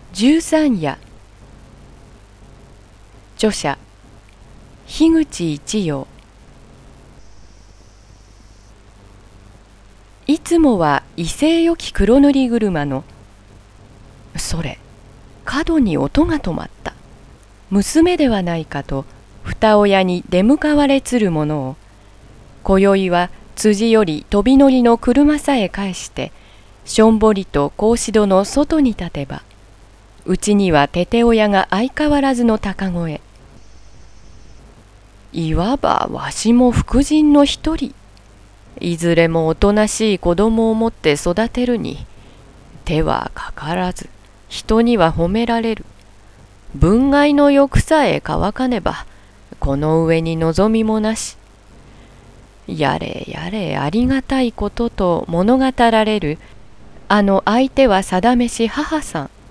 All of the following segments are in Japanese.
13夜。著者樋口一葉。いつもは威勢よき黒塗り車の、それ角に音が止まった。娘ではないかと二親に出向かわれつるものを、今宵は辻より飛び乗りの車さえ返してしょんぼりと格子戸の外に立てば、うちにはてて親が相変わらずの高声。いわばわしも福神の一人。いずれもおとなしい子供を持って育てるに手はかからず、人には褒められる。分外の欲さえ乾かねばこの上に望みもなし。やれやれありがたいことと物語られるあの相手は定めし母さん。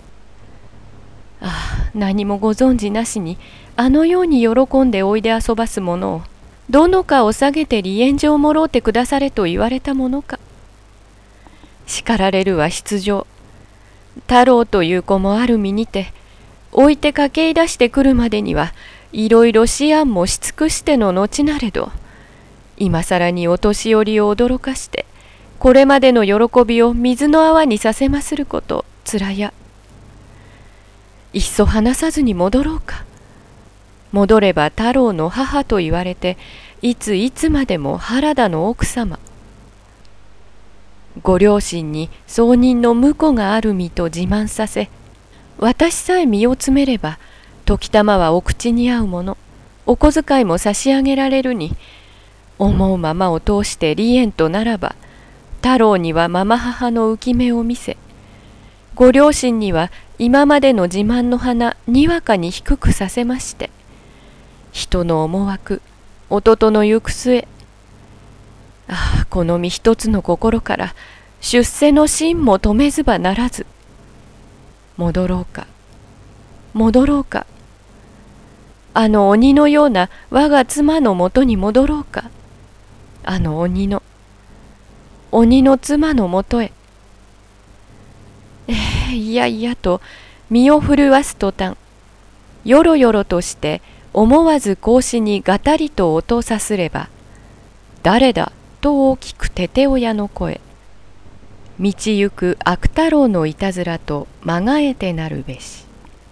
ああ、何もご存じなしにあのように喜んでおいで遊ばすものを、どのかを下げて離縁状もろうてくだされと言われたものか。叱られるは必定。太郎という子もある身にて、置いて駆けい出してくるまでにはいろいろ思案もし尽くしての後なれど、今さらにお年寄りを驚かして、これまでの喜びを水の泡にさせますることつらや。いっそ話さずに戻ろうか。戻れば太郎の母と言われて、いついつまでも原田の奥様。ご両親に葬人の婿がある身と自慢させ、私さえ身を詰めれば時たまはお口に合うもの、お小遣いも差し上げられるに、思うままを通して離縁とならば、太郎にはママ母の浮き目を見せ、ご両親には今までの自慢の花にわかに低くさせまして、人の思惑、弟の行く末、ああ、この身一つの心から出世の心も止めずばならず。戻ろうか、戻ろうか。あの鬼のような我が妻のもとに戻ろうか。あの鬼の妻のもとへ。いやいやと身を震わす途端、よろよろとして思わず格子にがたりと音をさすれば、誰だと大きくてて親の声。道行く悪太郎のいたずらとまがえてなるべし。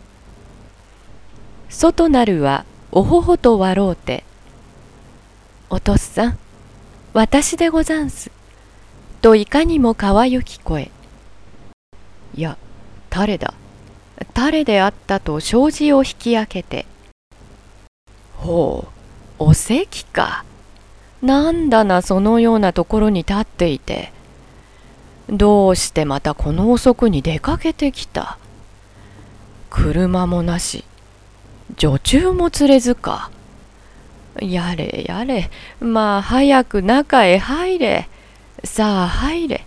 外なるはおほほと笑うて、おとっさん、私でござんす。といかにもかわゆき声。いや、誰だ、誰であったと障子を引き開けて、ほう、お関か。なんだな、そのようなところに立っていて。どうしてまたこの遅くに出かけてきた。車もなし、女中も連れずか。やれやれ、まあ早く中へ入れ。さあ入れ。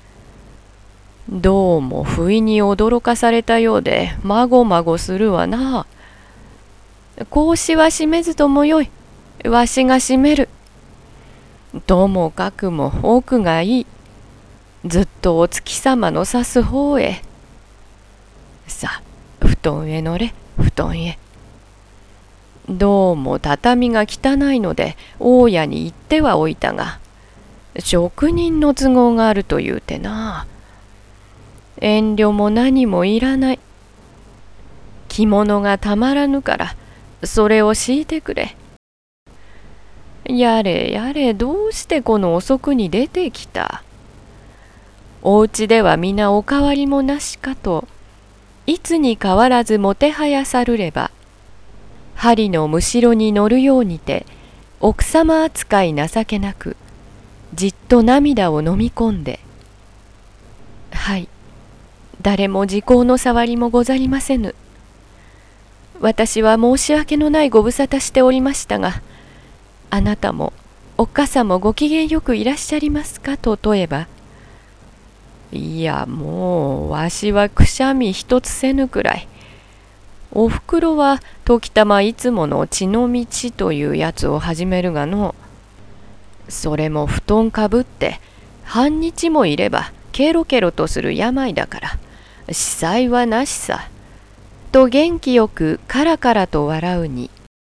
どうも不意に驚かされたようでまごまごするわな。格子は閉めずともよい。わしが閉める。ともかくも奥がいい。ずっとお月様の指す方へ。さあ布団へ乗れ、布団へ。どうも畳が汚いので大家に言ってはおいたが、職人の都合があるというてな。遠慮も何もいらない。着物がたまらぬからそれを敷いてくれ。やれやれ、どうしてこの遅くに出てきた。お家では皆お変わりもなしかと、いつに変わらずもてはやさるれば、針のむしろに乗るようにて奥様扱い情けなく、じっと涙を飲み込んで、はい、誰も時効の触りもござりませぬ。私は申し訳のないご無沙汰しておりましたが、あなたもおっかさんもご機嫌よくいらっしゃりますかと問えば、いやもうわしはくしゃみ一つせぬくらい。おふくろは時たまいつもの血の道というやつを始めるがの、それも布団かぶって半日もいればケロケロとする病だから、 司祭はなしさ。と元気よくカラカラと笑うに、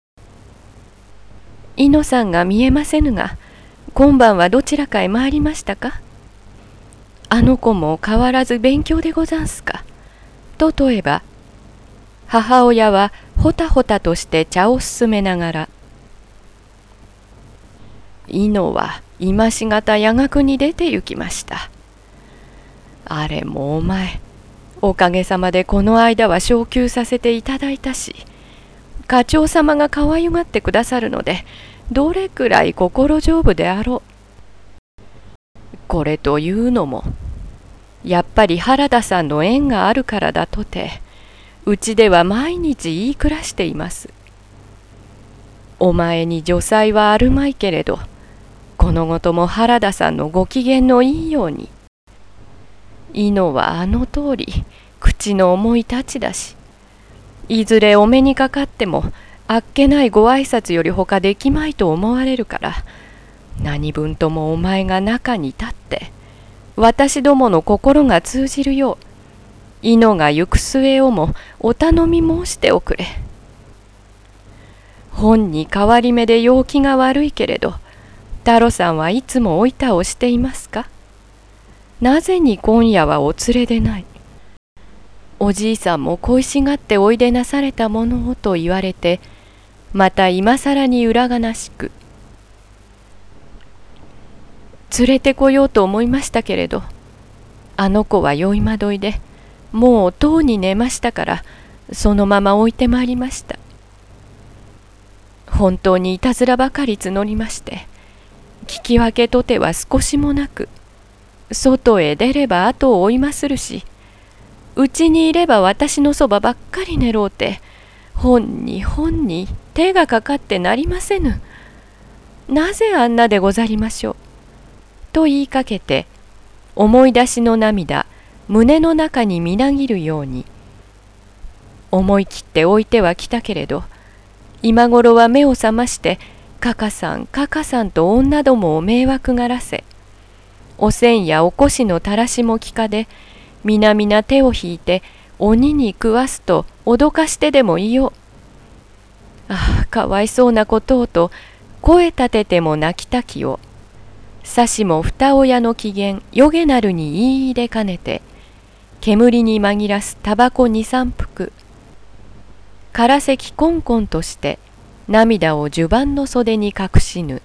イノさんが見えませぬが、今晩はどちらかへ参りましたか？あの子も変わらず勉強でござんすか？と問えば、母親はほたほたとして茶を進めながら、イノは今しがた夜学に出て行きました。あれもお前、おかげさまでこの間は昇給させていただいたし、課長様が可愛がってくださるので、どれくらい心丈夫であろう。これというのも、やっぱり原田さんの縁があるからだとて、うちでは毎日言い暮らしています。お前に助才はあるまいけれど、このごとも原田さんのご機嫌のいいように。イノはあの通り口の重いたちだし、いずれお目にかかってもあっけないご挨拶よりほかできまいと思われるから、何分ともお前が中に立って私どもの心が通じるよう、イノが行く末をもお頼み申しておくれ。本に変わり目で陽気が悪いけれど、太郎さんはいつもお板をしていますか？なぜに今夜はお連れでない？おじいさんも恋しがっておいでなされたものをと言われて、また今さらに裏がしく、連れてこようと思いましたけれど、あの子は酔いまどいで、もうとうに寝ましたから、そのまま置いてまいりました。本当にいたずらばかり募りまして、聞き分けとては少しもなく、外へ出れば後を追いまするし、うちにいれば私のそばばっかり寝ろうて、本に手がかかってなりませぬ。なぜあんなでござりましょう。と言いかけて、思い出しの涙、胸の中にみなぎるように、思い切って置いてはきたけれど、今頃は目を覚まして、かかさんと女どもを迷惑がらせ、おせんやおこしのたらしもきかで、みなみな手を引いて鬼に食わすと脅かしてでもいよう。ああ、かわいそうなことをと声立てても泣きたきを、さしも二親の機嫌よげなるに言い入れかねて、煙に紛らすタバコ二三服、からせきコンコンとして涙を襦袢の袖に隠しぬ。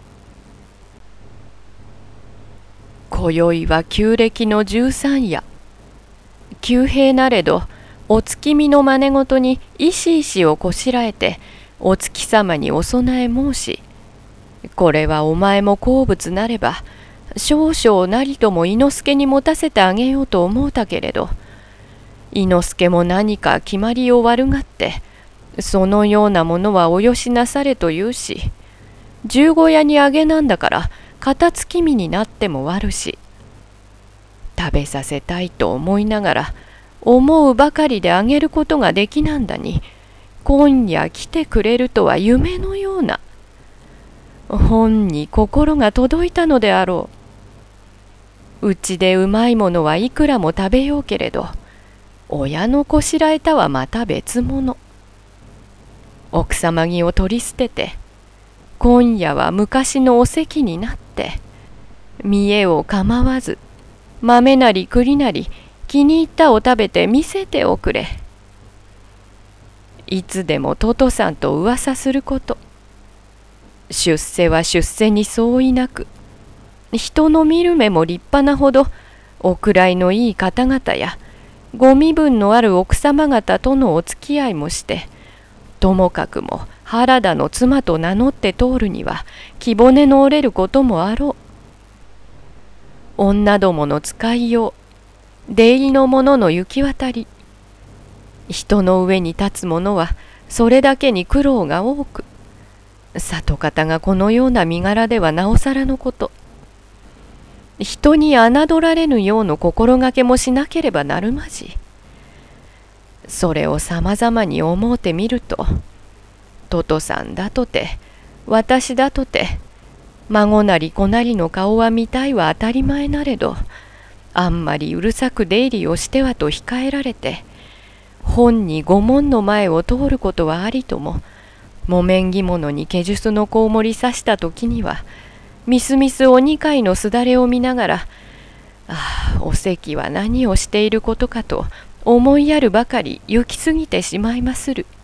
今宵は旧暦の13夜。旧平なれど、お月見の真似事に石々をこしらえて、お月様にお供え申し、これはお前も好物なれば、少々なりとも伊之助に持たせてあげようと思うたけれど、伊之助も何か決まりを悪がって、そのようなものはおよしなされと言うし、十五夜にあげなんだから、片月見になっても悪し、食べさせたいと思いながら、思うばかりであげることができなんだに、今夜来てくれるとは夢のような。本に心が届いたのであろう。うちでうまいものはいくらも食べようけれど、親のこしらえたはまた別物。奥様着を取り捨てて、今夜は昔のお席になって、見栄を構わず、豆なり栗なり気に入ったを食べて見せておくれ。いつでもトトさんと噂すること。出世は出世に相違なく、人の見る目も立派なほどお位のいい方々やご身分のある奥様方とのお付き合いもして、ともかくも原田の妻と名乗って通るには気骨の折れることもあろう。女どもの使いよう、出入りの者の行き渡り、人の上に立つ者はそれだけに苦労が多く、里方がこのような身柄ではなおさらのこと。人に侮られぬようの心がけもしなければなるまじ。それをさまざまに思うてみると、トトさんだとて私だとて、孫なり子なりの顔は見たいは当たり前なれど、 あんまりうるさく出入りをしてはと控えられて、本に御門の前を通ることはありとも、木綿着物に化術のコウモリ刺した時には、みすみすお二階のすだれを見ながら、ああ、お関は何をしていることかと思いやるばかり行き過ぎてしまいまする。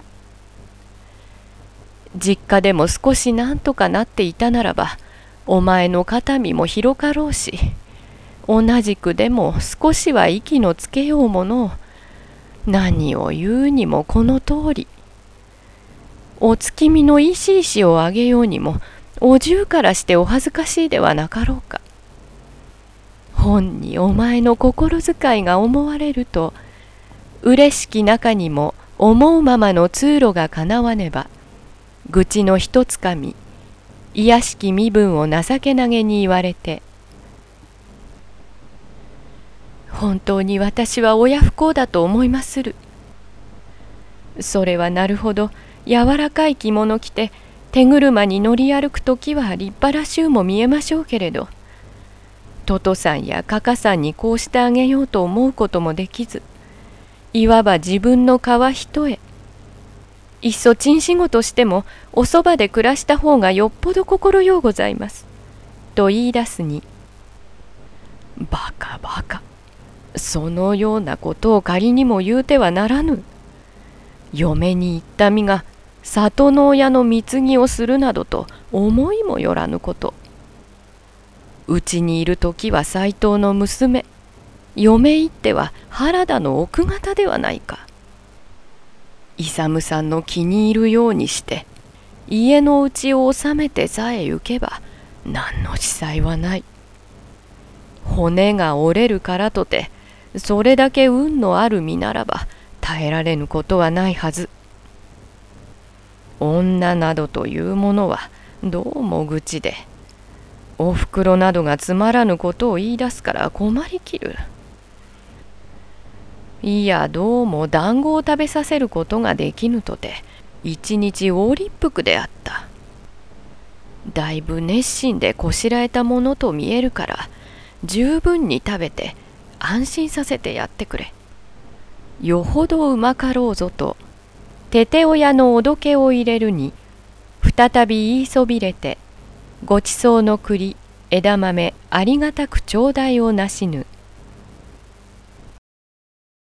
実家でも少しなんとかなっていたならば、お前の肩身も広かろうし、同じくでも少しは息のつけようものを、何を言うにもこの通り。お月見の石石をあげようにも、お重からしてお恥ずかしいではなかろうか。本にお前の心遣いが思われると、嬉しき中にも思うままの通路がかなわねば、愚痴の一つかみ、いやしき身分を情けなげに言われて、本当に私は親不孝だと思いまする。それはなるほど柔らかい着物着て手車に乗り歩くときは立派らしゅうも見えましょうけれど、トトさんやカカさんにこうしてあげようと思うこともできず、いわば自分の皮一重。いっそ賃仕事してもおそばで暮らした方がよっぽど心ようございます。と言い出すに、バカバカ。そのようなことを仮にも言うてはならぬ。嫁に行った身が里の親の貢ぎをするなどと思いもよらぬこと。うちにいる時は斎藤の娘、嫁行っては原田の奥方ではないか。勇さんの気に入るようにして家のうちを治めてさえ行けば何の司祭はない。骨が折れるからとてそれだけ運のある身ならば耐えられぬことはないはず。女などというものはどうも愚痴で、おふくろなどがつまらぬことを言い出すから困りきる。いや、どうも団子を食べさせることができぬとて一日大立腹であった。だいぶ熱心でこしらえたものと見えるから十分に食べて安心させてやってくれ。よほどうまかろうぞとてて親のおどけを入れるに、再び言いそびれて、ごちそうの栗枝豆ありがたく頂戴をなしぬ。